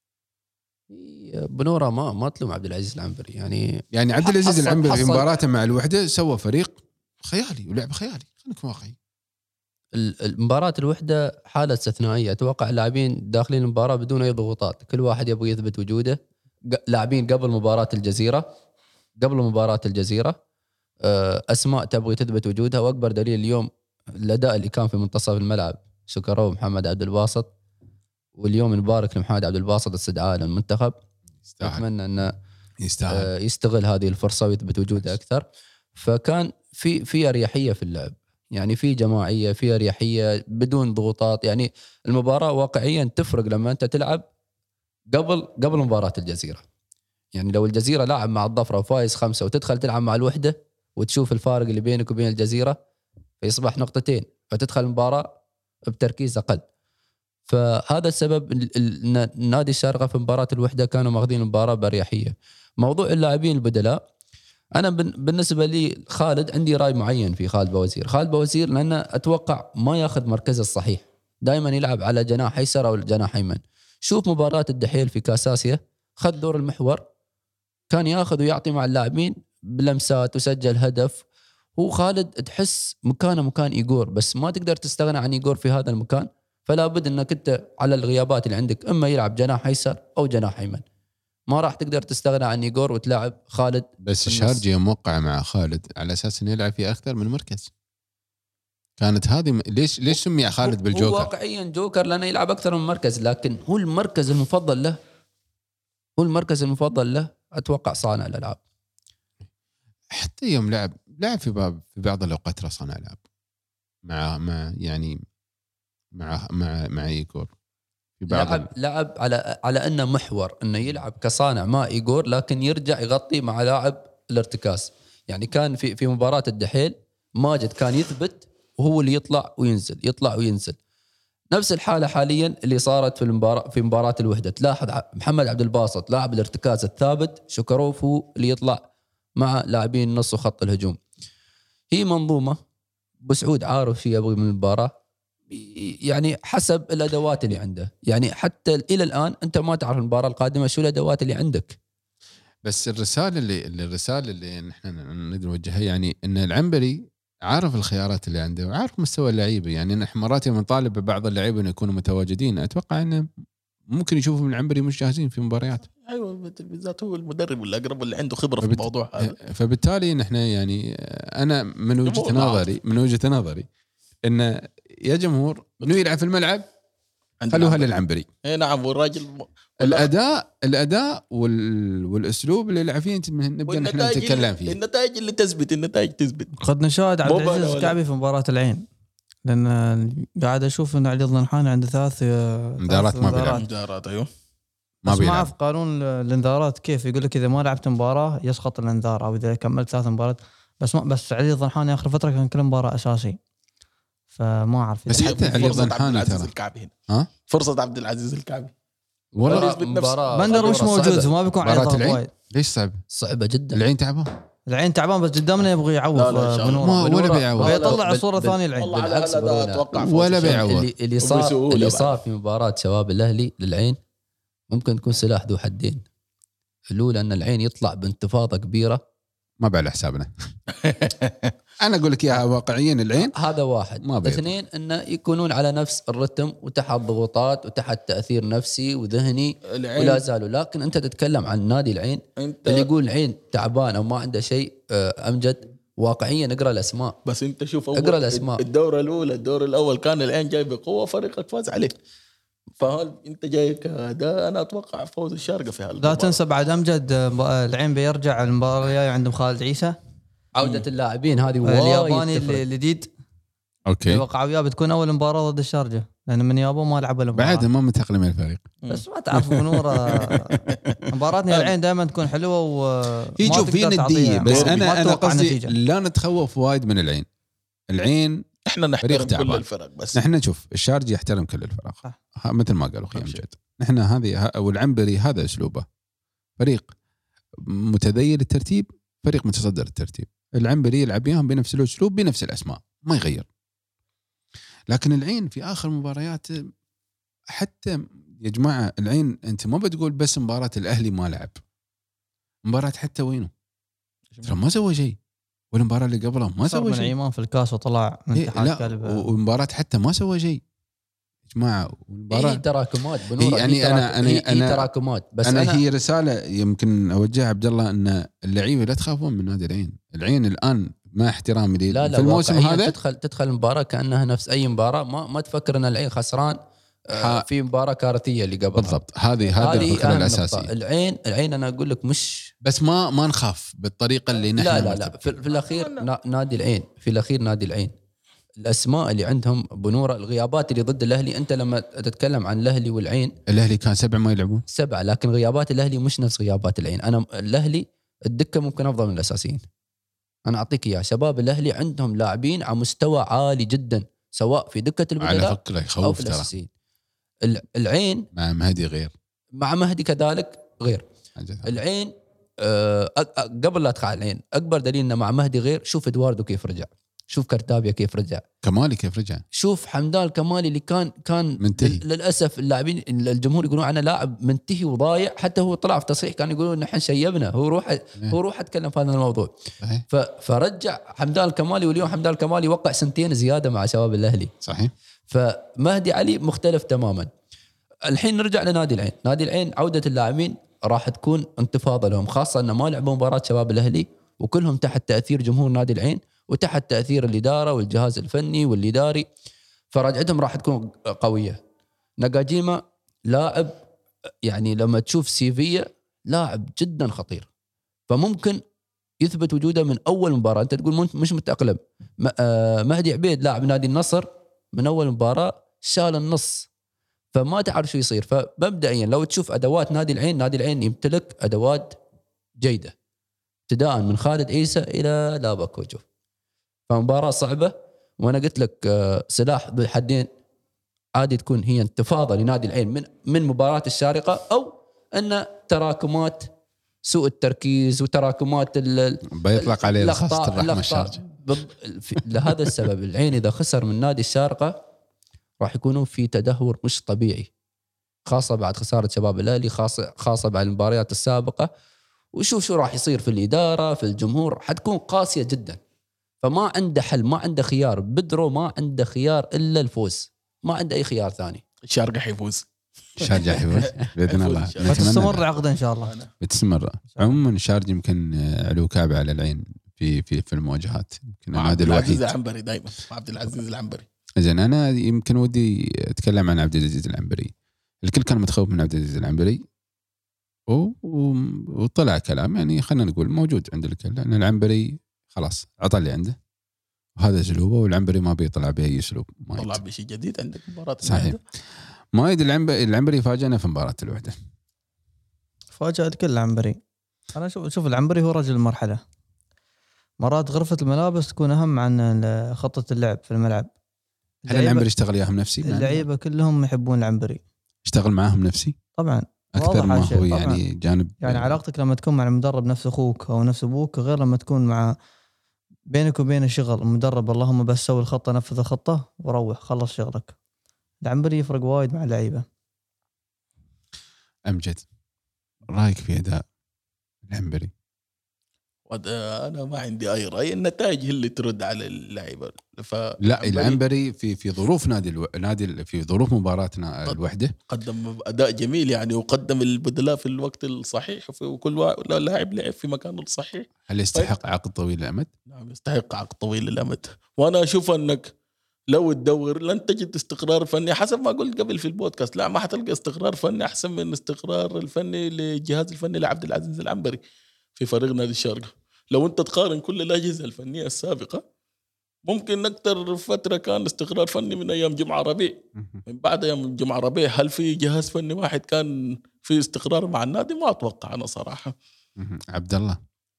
بنورة ما ما تلوم عبد العزيز العنبري، يعني يعني عبد العزيز العنبري في مباراته مع الوحده سوى فريق خيالي ولعب خيالي، خلينا نكون واقعيين. المباراة الوحده حاله استثنائيه، اتوقع اللاعبين داخلين المباراه بدون اي ضغوطات، كل واحد يبغى يثبت وجوده. لاعبين قبل مباراة الجزيرة قبل مباراة الجزيرة أسماء تبغي تثبت وجودها، وأكبر دليل اليوم الأداء اللي كان في منتصف الملعب، سكرو محمد عبد الباسط، واليوم نبارك لمحمد عبد الباسط استدعاء للمنتخب، أتمنى أنه يستاهل يستغل هذه الفرصة ويثبت وجوده أكثر. فكان في في أريحية في اللعب، يعني في جماعية، في أريحية بدون ضغوطات. يعني المباراة واقعيا تفرق لما أنت تلعب قبل قبل مباراة الجزيرة. يعني لو الجزيرة لاعب مع الظفرة وفايز خمسة وتدخل تلعب مع الوحدة وتشوف الفارق اللي بينك وبين الجزيرة فيصبح نقطتين، فتدخل المباراة بتركيز أقل. فهذا السبب النادي الشارقة في مباراة الوحدة كانوا ماخذين المباراة بأريحية. موضوع اللاعبين البدلاء، أنا بالنسبة لي خالد عندي رأي معين في خالد باوزير. خالد باوزير لأنه أتوقع ما ياخذ مركزه الصحيح، دائما يلعب على جناح أيسر أو جناح أيمن. شوف مباراة الدحيل في كاس آسيا، خذ دور المحور، كان ياخذ ويعطي مع اللاعبين بلمسات وسجل هدف. هو خالد تحس مكانه مكان إيغور، بس ما تقدر تستغنى عن إيغور في هذا المكان، فلا بد أنك أنت على الغيابات اللي عندك إما يلعب جناح أيسر أو جناح أيمن، ما راح تقدر تستغنى عن إيغور وتلعب خالد. بس الشارجي موقع مع خالد على أساس أنه يلعب في أكثر من مركز، كانت هذه ليش ليش سمي خالد بالجوكر؟ هو واقعيا جوكر لأنه يلعب أكثر من مركز، لكن هو المركز المفضل له هو المركز المفضل له أتوقع صانع الألعاب. حتى يوم لعب لعب في باب في بعض الأوقات صانع ألعاب مع مع يعني مع مع مع إيغور في بعض لعب ال... لعب على على أنه محور، أنه يلعب كصانع مع إيغور لكن يرجع يغطي مع لاعب الارتكاز. يعني كان في في مباراة الدحيل ماجد كان يثبت وهو اللي يطلع وينزل يطلع وينزل. نفس الحالة حاليا اللي صارت في المباراة في مباراة الوحدة. تلاحظ محمد عبد الباسط لاعب الارتكاز الثابت، شكروف هو اللي يطلع مع لاعبين نص وخط الهجوم. هي منظومة بسعود عارف شيء يبغي من المباراة، يعني حسب الأدوات اللي عنده. يعني حتى إلى الآن أنت ما تعرف المباراة القادمة شو الأدوات اللي عندك. بس الرسالة اللي الرسالة اللي نحن نقدر نوجهها يعني إن العنبري عارف الخيارات اللي عنده وعارف مستوى اللعيبة. يعني نحن مرات يوم نطالب ببعض اللعيبة أن يكونوا متواجدين، أتوقع أنه ممكن يشوفوا من العنبري مش جاهزين في مباريات. ايوه بالذات هو المدرب الاقرب اللي عنده خبره فبت... في الموضوع هذا. فبالتالي نحن يعني انا من وجهه نظري من وجهه نظري ان يا جمهور انه يلعب في الملعب خلوها للعنبري. اي نعم. والراجل الاداء الاداء وال... والاسلوب اللي يلعب فيه نبدا نحن نتكلم فيه. النتائج اللي تثبت النتائج تثبت. قد نشاهد عبد العزيز الكعبي في مباراه العين، لان قاعد اشوف انه علي الضنحاني عنده ثلاث انذارات ما بيلعب. انذارات ايوه ما بيلعب. ما اعرف قانون الانذارات كيف، يقول لك اذا ما لعبت مباراه يسقط الانذار، او اذا كملت ثلاث مباريات. بس ما بس علي الضنحاني اخر فتره كان كل مباراه اساسي، فما اعرف. بس حتى علي الضنحاني ترى الكعبي هنا ها فرصه عبد العزيز الكعبي والله بندر مش موجود، فما بيكون عليه ضغط وايد. ليش صعب؟ صعبه جدا. العين تعبان العين تعبان بس قدامنا يبغى يعوض بنور ولا بيعوض. بيطلع صوره ثانيه العين بالعكس ولا بيعوض. اللي, اللي صار اللي صار في مباراه شباب الاهلي للعين ممكن تكون سلاح ذو حدين. الاولى ان العين يطلع بانتفاضه كبيره ما بعلى حسابنا. انا اقول لك اياها واقعيا العين هذا واحد. اثنين انه يكونون على نفس الرتم وتحت ضغوطات وتحت تاثير نفسي وذهني ولا زالوا. لكن انت تتكلم عن نادي العين اللي يقول العين تعبان او ما عنده شيء. امجد واقعيا اقرا الاسماء. بس انت شوف اقرا الاسماء. الدوره الاولى الدور الاول كان العين جاي بقوه، فريقك فاز عليه. فهل انت جاي كذا؟ انا اتوقع فوز الشارقه في هالمباراه. لا تنسى بعد امجد العين بيرجع المباراه الجايه عندهم خالد عيسى. عودة اللاعبين هذه الياباني الجديد. اوكي. اتوقع وياه بتكون اول مباراه ضد الشارقه، لان من يابان ما لعبوا المباراه. بعد ما متأقلم الفريق. بس ما تعرف بنوره. مباراتنا العين دائما تكون حلوه وما يجوا في نديه. بس انا انا قصدي لا نتخوف وايد من العين. العين احنا نحترم كل الفرق، بس نحن نشوف الشارجي يحترم كل الفرق مثل ما قالوا اخي امجد. نحن هذه والعنبري هذا اسلوبه، فريق متذيل الترتيب، فريق متصدر الترتيب. العنبري يلعب وياهم بنفس الاسلوب بنفس الاسماء ما يغير. لكن العين في اخر مباريات حتى يا جماعه العين انت ما بتقول بس مباراه الاهلي ما لعب، مباراه حتى وينه ترى ما سوى شيء، والمباراه اللي قبلها ما سوى شيء. ايمان في الكاس وطلع من اتحاد كلب، والمباراه حتى ما سوى شيء يا جماعه. والمباراه هي تراكمات بنور. يعني هي انا انا هي انا تراكمات. بس أنا, أنا هي رساله يمكن اوجهها عبد الله ان اللعيبه لا تخافون من نادي العين. العين الان مع احترامي لي لا لا في الموسم هذا تدخل تدخل المباراه كانها نفس اي مباراه. ما ما تفكر ان العين خسران في مباراه كارثيه اللي قبلها. بالضبط. هذه هذه الفكره الاساسيه. العين العين انا اقول لك مش بس ما ما نخاف بالطريقه اللي نحن لا لا لا في, في الاخير نادي العين في الاخير نادي العين الاسماء اللي عندهم بنوره، الغيابات اللي ضد الاهلي. انت لما تتكلم عن الاهلي والعين، الاهلي كان سبعه ما يلعبون سبعه، لكن غيابات الاهلي مش نفس غيابات العين. انا الاهلي الدكه ممكن افضل من الاساسيين. انا اعطيك اياه، شباب الاهلي عندهم لاعبين على مستوى عالي جدا سواء في دكه البدلاء على فكره يخوف او في الاساسيين. العين مع مهدي غير، مع مهدي كذلك غير. العين أه قبل لا ادخل العين اكبر دليل انه مع مهدي غير. شوف ادواردو كيف رجع، شوف كرتابيا كيف رجع، كمالي كيف رجع، شوف حمدان الكمالي اللي كان كان منتهي. للاسف اللاعبين الجمهور يقولون عنه لاعب منتهي وضايع. حتى هو طلع في تصريح كان يقولون نحن شيبنا. هو روح إيه. هو روح اتكلم في هذا الموضوع. صحيح. فرجع حمدان الكمالي، واليوم حمدان الكمالي وقع سنتين زياده مع شباب الاهلي. صحيح. فمهدي علي مختلف تماما. الحين نرجع لنادي العين. نادي العين عوده اللاعبين راح تكون انتفاضه لهم، خاصه انه ما لعبوا مباراه شباب الاهلي وكلهم تحت تاثير جمهور نادي العين وتحت تأثير الإدارة والجهاز الفني والإداري. فرجعتهم راح تكون قوية. ناجاجيما لاعب يعني لما تشوف سيفية لاعب جدا خطير، فممكن يثبت وجوده من أول مباراة. أنت تقول مش متأقلم. مهدي عبيد لاعب نادي النصر من أول مباراة شال النص، فما تعرف شو يصير. فمبدئيا لو تشوف أدوات نادي العين، نادي العين يمتلك أدوات جيدة ابتداء من خالد عيسى إلى لابا كوجو. فمباراة صعبة، وأنا قلت لك سلاح ذو حدين. عادي تكون هي انتفاضة لنادي العين من من مباراة الشارقة، أو أن تراكمات سوء التركيز وتراكمات بيطلق عليه خاصة الرحمة الشارجة. لهذا السبب العين إذا خسر من نادي الشارقة راح يكونوا في تدهور مش طبيعي، خاصة بعد خسارة شباب الأهلي، خاصة خاصة بعد المباريات السابقة. وشوف شو راح يصير في الإدارة، في الجمهور، حتكون قاسية جدا. فما عنده حل، ما عنده خيار. بدرو ما عنده خيار إلا الفوز، ما عنده أي خيار ثاني. الشارقة حيفوز، الشارجة حيفوز بإذن الله. بتستمر عقدا إن شاء الله، بتستمر. عموما الشارجة يمكن علو كعبة على العين في في في المواجهات. يمكن النادي الوحيد العنبري دائما عبد العزيز العنبري. إذن أنا يمكن ودي أتكلم عن عبد العزيز العنبري. الكل كان متخوف من عبد العزيز العنبري وطلع كلام يعني خلينا نقول موجود عند الكل، لأن العنبري خلاص عطى اللي عنده وهذا أسلوبه، والعنبري ما بيطلع بأي أسلوب. طلع بشيء جديد عندك مباراة صحيح. مايد العنبري العنبري فاجأنا في مباراة الوحدة، فاجأ الكل العنبري. أنا شوف شوف العنبري هو رجل المرحلة. مرات غرفة الملابس تكون أهم عن خطة اللعب في الملعب. هل العنبري اشتغل ياهم نفسي؟ اللعيبة كلهم يحبون العنبري. اشتغل معاهم نفسي طبعا أكثر ما هو يعني جانب، يعني علاقتك لما تكون مع المدرب نفس أخوك أو نفس أبوك غير لما تكون مع بينك وبين الشغل المدرب اللهم بس سوي الخطة نفذ الخطة وروح خلص شغلك. العنبري يفرق وايد مع اللعيبة. أمجد رأيك في أداء العنبري؟ أنا ما عندي أي رأي، النتائج هي اللي ترد على اللعيبة. ف... لا العنبري في في ظروف نادي الو... نادي في ظروف مباراتنا الوحدة قدم أداء جميل يعني، وقدم البدلاء في الوقت الصحيح، وكل لاعب لعب في مكانه الصحيح. هل يستحق طيب. عقد طويل الأمد؟ نعم يستحق عقد طويل الأمد. وأنا أشوف أنك لو تدور لن تجد استقرار فني حسب ما قلت قبل في البودكاست. لا ما حتلقى استقرار فني أحسن من استقرار الفني للجهاز الفني لعبد العزيز العنبري في فريق نادي الشارقة. لو أنت تقارن كل الأجهزة الفنية السابقة ممكن أكثر فترة كان استقرار فني من أيام جمعة ربيع. من بعد أيام جمعة ربيع هل في جهاز فني واحد كان في استقرار مع النادي؟ ما أتوقع أنا صراحة. عبد الله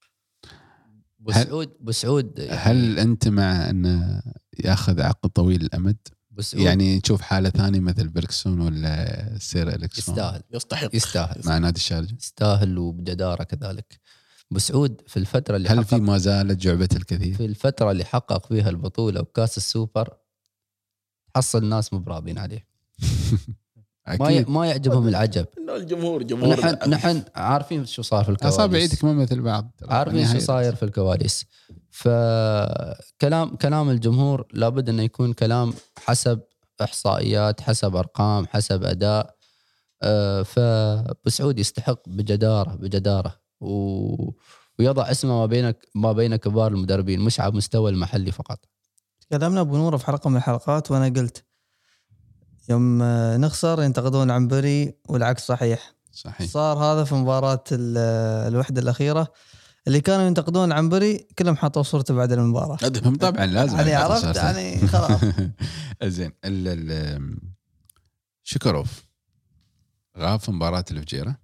بسعود بسعود يعني هل أنت مع أن يأخذ عقد طويل الأمد؟ يعني تشوف حالة ثانية مثل بيركسون ولا سير إليكسون؟ يستاهل يستحق يستاهل مع نادي الشارقة يستاهل وبجدارة كذلك. بسعود في الفترة اللي هل في ما زالت جعبة الكثير في الفترة اللي حقق فيها البطولة وكاس السوبر حصل الناس مبراضين عليه. ما ما يعجبهم العجب. الجمهور جمهور نحن نحن عارفين شو صار في الكواليس. أصابع عيدك ما مثل بعض. عارفين شو صاير في الكواليس. فكلام كلام الجمهور لابد أنه يكون كلام حسب إحصائيات، حسب أرقام، حسب أداء. فبسعود يستحق بجدارة بجدارة و... ويضع اسمه ما بينك ما بين كبار المدربين مش على مستوى المحلي فقط. كلامنا أبو نور في حلقة من الحلقات وأنا قلت يوم نخسر ينتقدون عنبري والعكس صحيح. صحيح. صار هذا في مباراة الوحدة الأخيرة اللي كانوا ينتقدون عنبري كلهم حطوا صورته بعد المباراة. هم طبعا لازم يعني عرفت يعني خلاص. زين ال شكروف غاب في مباراة الفجيرة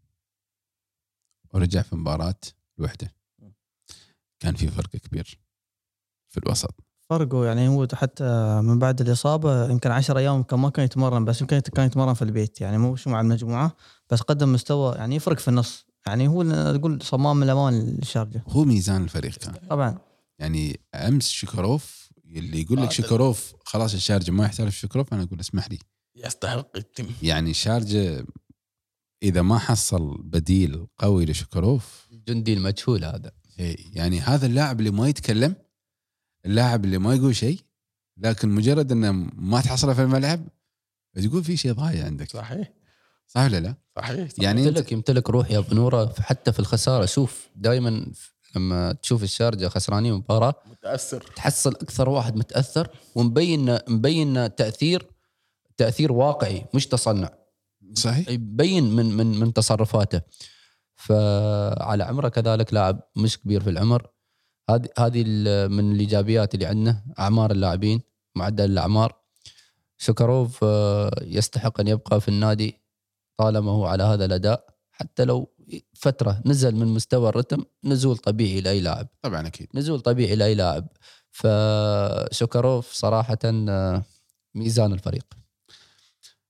ورجع في مباراة الوحدة، كان في فرق كبير في الوسط. فرقه يعني هو حتى من بعد الإصابة يمكن عشر أيام كان ما كان يتمرن، بس يمكن كان يتمرن في البيت يعني مو مع المجموعة، بس قدم مستوى يعني يفرق في النص. يعني هو نقول صمام الأمان للشارقة، هو ميزان الفريق كان طبعا. يعني أمس شكروف اللي يقول لك شكروف خلاص الشارقة ما يحتاج شكروف، أنا أقول اسمح لي يستحق التم. يعني الشارقة إذا ما حصل بديل قوي لشكروف جندي المجهول هذا، يعني هذا اللاعب اللي ما يتكلم، اللاعب اللي ما يقول شيء، لكن مجرد أنه ما تحصله في الملعب تقول في شيء ضايع عندك. صحيح صح ولا لا؟ صحيح, صحيح. يعني يمتلك يمتلك روح يا بنورة حتى في الخسارة. شوف دائما لما تشوف الشارقة خسرانين مباراة متأثر، تحصل أكثر واحد متأثر ومبين مبين تأثير تأثير واقعي مش تصنع. صحيح يبين من من من تصرفاته. فعلى عمره كذلك لاعب مش كبير في العمر. هذه هذه من الإيجابيات اللي عندنا، أعمار اللاعبين، معدل الأعمار. شكروف يستحق أن يبقى في النادي طالما هو على هذا الأداء، حتى لو فترة نزل من مستوى الرتم، نزول طبيعي لأي لاعب، طبعا أكيد نزول طبيعي لأي لاعب. فشكروف صراحة ميزان الفريق.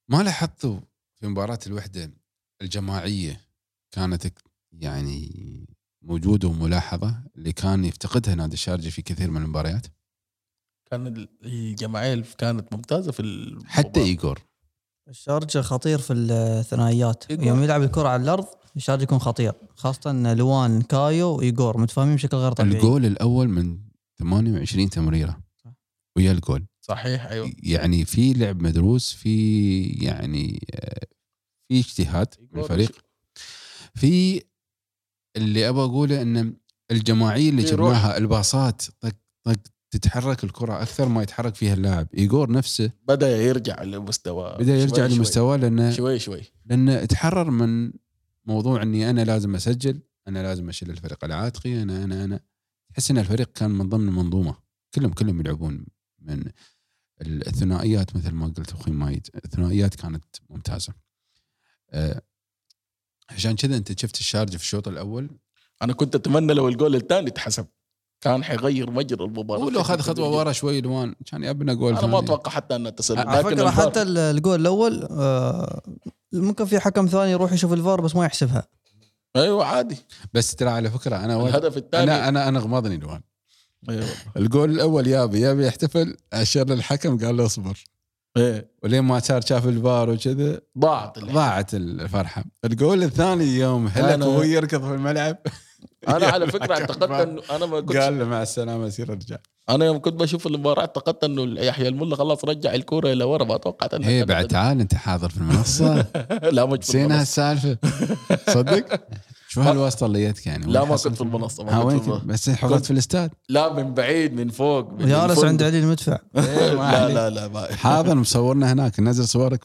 ما لاحظتوا في مباراة الوحدة الجماعية كانت يعني موجودة وملاحظة اللي كان يفتقدها نادي الشارجة في كثير من المباريات؟ كان الجماعية كانت ممتازة في المباراة. حتى إيغور الشارجة خطير في الثنائيات، يوم يلعب الكرة على الأرض الشارجة يكون خطير، خاصة لوان كايو وإيغور متفاهمين بشكل غير طبيعي. الجول الأول من ثمانية وعشرين تمريرة ويا الجول صحيح. أيوة. يعني في لعب مدروس، في يعني في اجتهاد من الفريق، في اللي أبغى أقوله إن الجماعية اللي جبناها الباصات طق طق تتحرك الكرة أكثر ما يتحرك فيها اللاعب. إيغور نفسه بدأ يرجع لمستوى بدأ يرجع لمستوى لأنه شوي شوي لأنه اتحرر من موضوع إني أنا لازم أسجل، أنا لازم أشيل الفريق العاتقي، أنا أنا أنا تحس إن الفريق كان من ضمن المنظومة، كلهم كلهم يلعبون من الثنائيات مثل ما قلت أخوي مايد، الثنائيات كانت ممتازة. أه عشان كذا أنت شفت الشارجة في الشوط الأول. أنا كنت أتمنى لو الجول الثاني تحسب كان حيغير مجرى المباراة، ولو أخذ خطوة ورا شوي لوان كان يبنى جول. أنا ما أتوقع حتى أن تسلل. على فكرة حتى الجول الأول آه ممكن في حكم ثاني يروح يشوف الفار بس ما يحسبها. أيوة عادي. بس ترى على فكرة أنا الهدف الثاني أنا أنا أنا غمضني لوان. أيوة. الجول الأول يابي يابي يحتفل، أشار للحكم قال له اصبر. إيه. ولين ما صار شاف الفار وكذا ضاعت ضاعت الفرحة. الجول الثاني يوم هلك وهو يركض في الملعب. أنا على فكرة اعتقدت إنه أنا ما كنت قال له مع السلامة سير رجع. أنا يوم كنت بشوف المباراة اعتقدت إنه يحيى الملا خلاص رجع الكرة إلى ورا، ما توقعت إنه هي بعد تعال أنت حاضر في المنصة. لا مش نسينا هالسالفة صدق. شو هالواسطة اللي جتك يعني؟ لا ما كنت في المنصة، ما كنت في المنصة. بس حضرت في الاستاد؟ لا من بعيد من فوق من جالس عند علي المدفع. لا لا لا ما. حاضر مصورنا هناك ننزل صورك.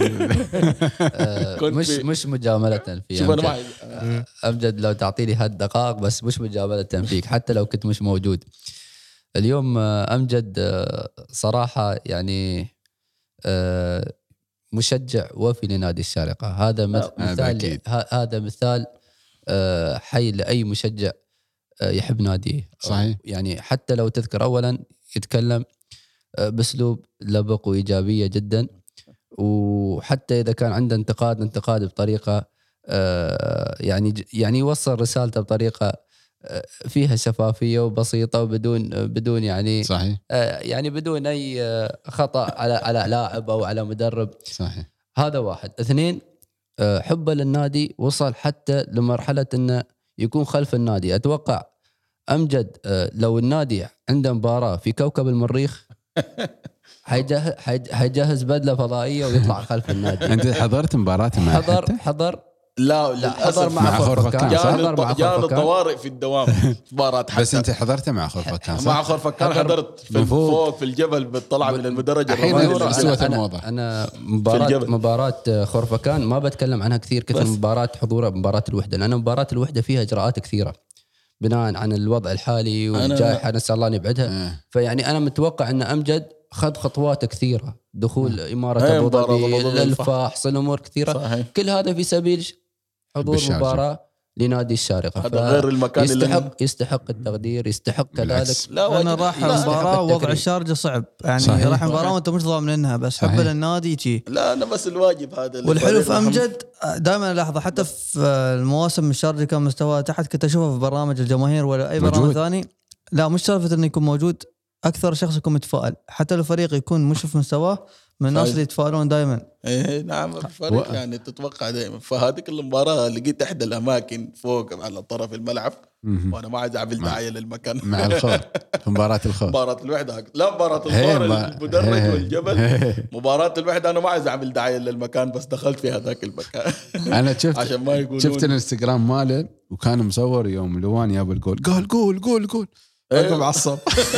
مش مش مجاملة في أمجد. أمجد لو تعطيني هالدقائق بس مش مجاملة فيك حتى لو كنت مش موجود اليوم. أمجد صراحة يعني مشجع وفي لنادي الشارقة. هذا مثال هذا مثال حي لأي مشجع يحب ناديه. صحيح. يعني حتى لو تذكر أولا يتكلم بأسلوب لبق وإيجابية جدا، وحتى إذا كان عنده انتقاد انتقاد بطريقة يعني يعني يوصل رسالته بطريقة فيها شفافية وبسيطة وبدون بدون يعني صحيح. يعني بدون أي خطأ على على لاعب أو على مدرب. صحيح. هذا واحد. اثنين، حبه للنادي وصل حتى لمرحلة إنه يكون خلف النادي. أتوقع أمجد لو النادي عنده مباراة في كوكب المريخ حيجهز حيجهز بدلة فضائية ويطلع خلف النادي. أنت حضرت مباراة مع حضر حضر لا لا حضر مع خورفكان. جان الطوارئ في الدوام مباراة. بس أنت حضرت مع خورفكان؟ مع خورفكان حضرت في فوق في الجبل بالطلعة من المدرج الرمادي. أنا, أنا مباراة مباراة خورفكان ما بتكلم عنها كثير كثر مباراة حضورها مباراة الوحدة، لأن مباراة الوحدة فيها إجراءات كثيرة بناء عن الوضع الحالي والجائحة نسأل الله نبعدها. أه. فيعني أنا متوقع أن أمجد خذ خطوات كثيرة، دخول إمارة أبو ظبي، الفحص، الأمور كثيرة. صحيح. كل هذا في سبيل حضور بالشارجة. مباراة لنادي الشارقة. هذا غير المكان يستحق اللي يستحق التقدير، يستحق كذلك. لا أنا راح مباراة وضع الشارجة صعب يعني. صحيح. راح مباراة وأنت مش ضامن منها بس حب للنادي شيء. لا أنا بس الواجب هذا. والحلو في أمجد دائما ألاحظه حتى في المواسم الشارجة كان مستوى تحت، كنت أشوفه في برامج الجماهير ولا أي برنامج ثاني. لا مش سالفة إنه يكون موجود، أكثر شخص يكون متفائل حتى لو فريق يكون مش في مستواه، من الناس اللي يتفائلون دائما. ايه نعم الفريق و... يعني تتوقع دائما. فهذيك المباراة لقيت احدى الاماكن فوق على طرف الملعب م- وانا ما عايز اعمل دعايه للمكان مع الخور في مباراة الخور. مباراة الوحدة لا مباراة الخور المدرج والجبل. مباراة الوحدة انا ما عايز اعمل دعايه للمكان بس دخلت في هذاك المكان. انا شفت عشان ما يقولون. شفت الانستغرام ماله وكان مصور يوم لوان ياب الجول قال جول جول جول انا معصب.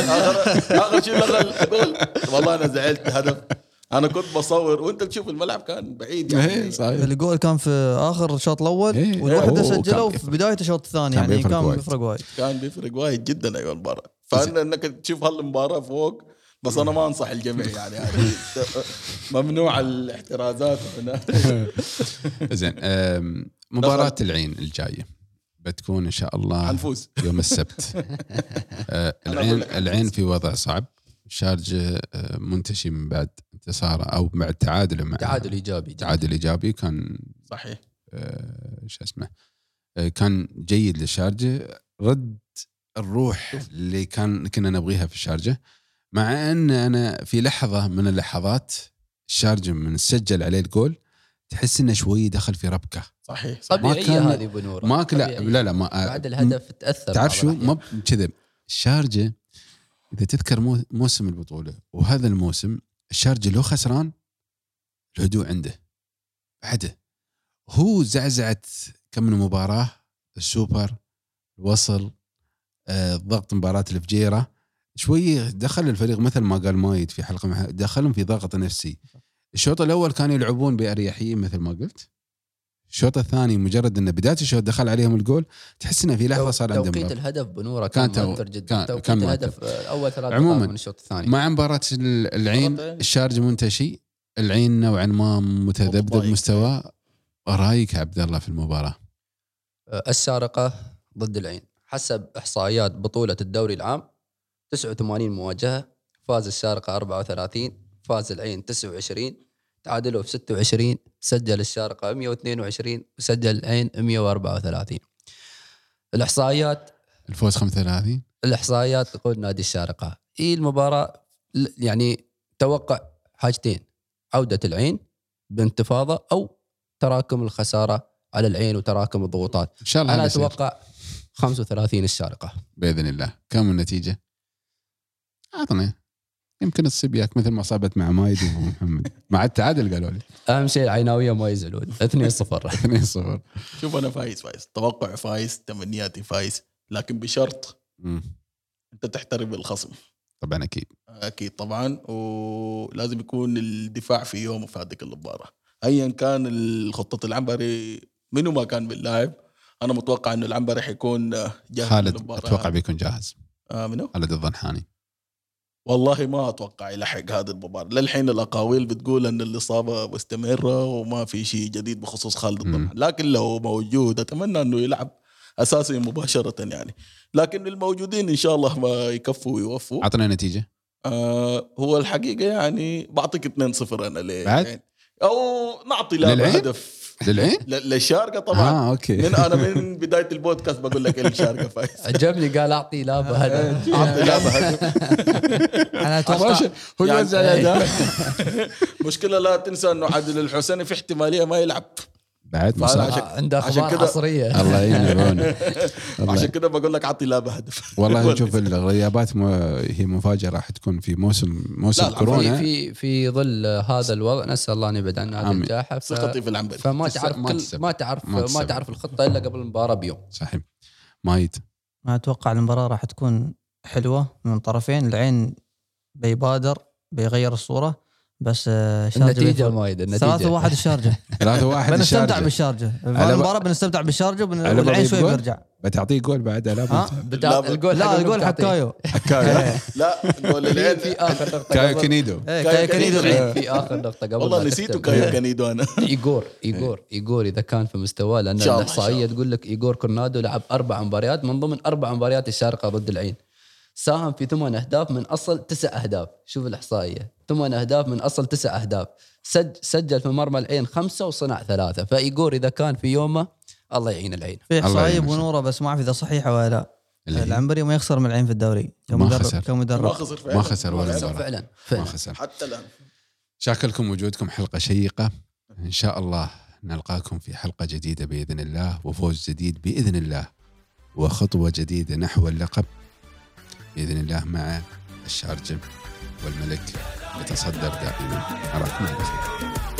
اخر شيء لغى. والله انا زعلت هدف. انا كنت بصور وانت تشوف الملعب كان بعيد يعني. الجول كان في اخر الشوط الاول والوحده سجلوا في بدايه الشوط الثاني يعني كان بيفرق وايد. كان بيفرق وايد جدا ايوه المباراه. فانا انك تشوف هالمباراه فوق بس انا ما انصح الجميع يعني, يعني ممنوع الاحترازات هنا. زين مباراه العين الجايه بتكون ان شاء الله هنفوز يوم السبت. العين العين في وضع صعب. شارجة منتشي من بعد انتصاره او مع التعادل مع تعادل ايجابي تعادل ايجابي كان صحيح. آه شو اسمه آه كان جيد للشارجه، رد الروح اللي كان كنا نبغيها في الشارجه. مع ان انا في لحظه من اللحظات الشارجه من سجل عليه الجول تحس انه شوي دخل في ربكه. صحيح. طبيعيه هذه بنوره ما لا لا لا ما بعد الهدف تاثر. تعرف شو ما كذا الشارجه اذا تذكر مو موسم البطوله وهذا الموسم الشارجه لو خسران الهدوء عنده بعده، هو زعزعت كم من مباراه السوبر وصل آه ضغط مباراه الفجيره شوي دخل الفريق مثل ما قال مايد في حلقه دخلهم في ضغط نفسي. الشوط الاول كانوا يلعبون باريحيه مثل ما قلت، الشوط الثاني مجرد ان بدايه الشوط دخل عليهم الجول تحس انه في لحظه صار عندهم توقيت الهدف بنوره كان كان مؤثر جدا. كان توقيت كان الهدف اول ثلاث دقائق من الشوط الثاني مع مباراه العين الشارجه منتشي، العين نوعا ما متذبذب مستوى. رايك عبد الله في المباراه؟ الشارقه ضد العين حسب احصائيات بطوله الدوري العام تسعة وثمانين مواجهه، فاز الشارقه أربعة وثلاثين، فاز العين تسعة وعشرين، تعادلوا في ستة وعشرين، سجل الشارقه مئة واثنين وعشرين وسجل العين مئة وأربعة وثلاثين. الاحصائيات الفوز خمسة وثلاثين، الاحصائيات تقول نادي الشارقه. اي المباراه يعني توقع حاجتين، عوده العين بانتفاضه او تراكم الخساره على العين وتراكم الضغوطات. ان شاء الله انا اتوقع خمسة وثلاثين الشارقه باذن الله. كم النتيجه؟ اعطنا يمكن تصيب ياك مثل ما صابت مع مايد ومحمد مع التعادل قالوا لي. اهم شيء العيناويه ما يزعلون. اثنين صفر اثنين صفر. شوف انا فايز فايز توقع فايز تمنياتي فايز، لكن بشرط م. انت تحترم الخصم طبعا اكيد اكيد طبعا، ولازم يكون الدفاع في يومه في هذيك المباراه ايا كان الخطه. العنبري منو ما كان باللاعب انا متوقع انه العنبري حيكون جاهز. خالد اتوقع بيكون جاهز. آه منو؟ خالد الضنحاني. والله ما اتوقع يلحق هذا المباراه للحين. الاقاويل بتقول ان الاصابه مستمره وما في شيء جديد بخصوص خالد الضنحاني، لكن لو موجود اتمنى انه يلعب اساسي مباشره يعني. لكن الموجودين ان شاء الله ما يكفوا ويوفوا. اعطنا نتيجه. آه هو الحقيقه يعني بعطيك اثنين صفر انا ليه بعد؟ او نعطي له هدف للعين للشارقه طبعا. آه، أوكي. من انا من بدايه البودكاست بقول لك الشارقه فايز. عجبني قال اعطي لابه هدف. اعطي لابه هدف. انا اتوقع هو يعني- يوزع الاهداف. مشكله لا تنسى انه عادل الحسيني في احتماليه ما يلعب بعد فأنا مصاب. عشان- عنده عشان اخبار كده- حصريه. الله يعينه. عشان كده بقول لك اعطي لابه هدف. والله نشوف الغيابات هي مفاجاه راح تكون في موسم موسم لا، لا، كورونا. في في ظل هذا الوضع نسال الله ان يبعد عنا هذه آمين. الجائحه. ف... ثقتي في العنبري. فما تس- تعرف ما كل... تسبب. ما تعرف ما ما, تسبب. تعرف الخطه الا قبل المباراه بيوم. صحيح. مايد ما اتوقع المباراه راح تكون حلوه من طرفين. العين بيبادر بيغير الصوره، بس الشارجه النتيجه مايد النتيجه ثلاثة واحد الشارجه. ثلاثة واحد بنستمتع الشارجة. بالشارجه على المباراه، بنستمتع بالشارجه وبن- على والعين شوي جول؟ بيرجع. بتعطيه جول بعد لا ها؟ بتاع لا، الجول لا حق الجول المقاطعين. حكايو. لا قول العين في اخر نقطه كايو قبل- كنيدو. إيه، كايو كايو كنيدو كنيدو. العين. في اخر نقطه قبل والله ما نسيته تختم. كايو كانيدو انا. ايجور ايجور ايجور اذا كان في مستواه، لان إن شاء الله، إن الاحصائيه شاء الله. تقول لك ايجور كورنادو لعب اربع مباريات من ضمن اربع مباريات الشارقه ضد العين، ساهم في ثمان اهداف من اصل تسع اهداف. شوف الاحصائيه، ثمان اهداف من اصل تسع اهداف. سج سجل في مرمى العين خمسه وصنع ثلاثه. فايجور اذا كان في يومه الله يعين العين. في الله احصائيه يعينك. بنوره بس ما اعرف اذا صحيحه ولا لا. اللي هي العنبري ما يخسر من العين في الدوري ما خسر. كمدرب ما كمدرب خسر فعلا. ما خسر ولا خسر. مباراة. فعلا ما فعلا خسر. حتى الان. شاكركم وجودكم حلقة شيقة. إن شاء الله نلقاكم في حلقة جديدة بإذن الله، وفوز جديد بإذن الله، وخطوة جديدة نحو اللقب بإذن الله مع الشارجة والملك يتصدر دائما. أراكم على خير.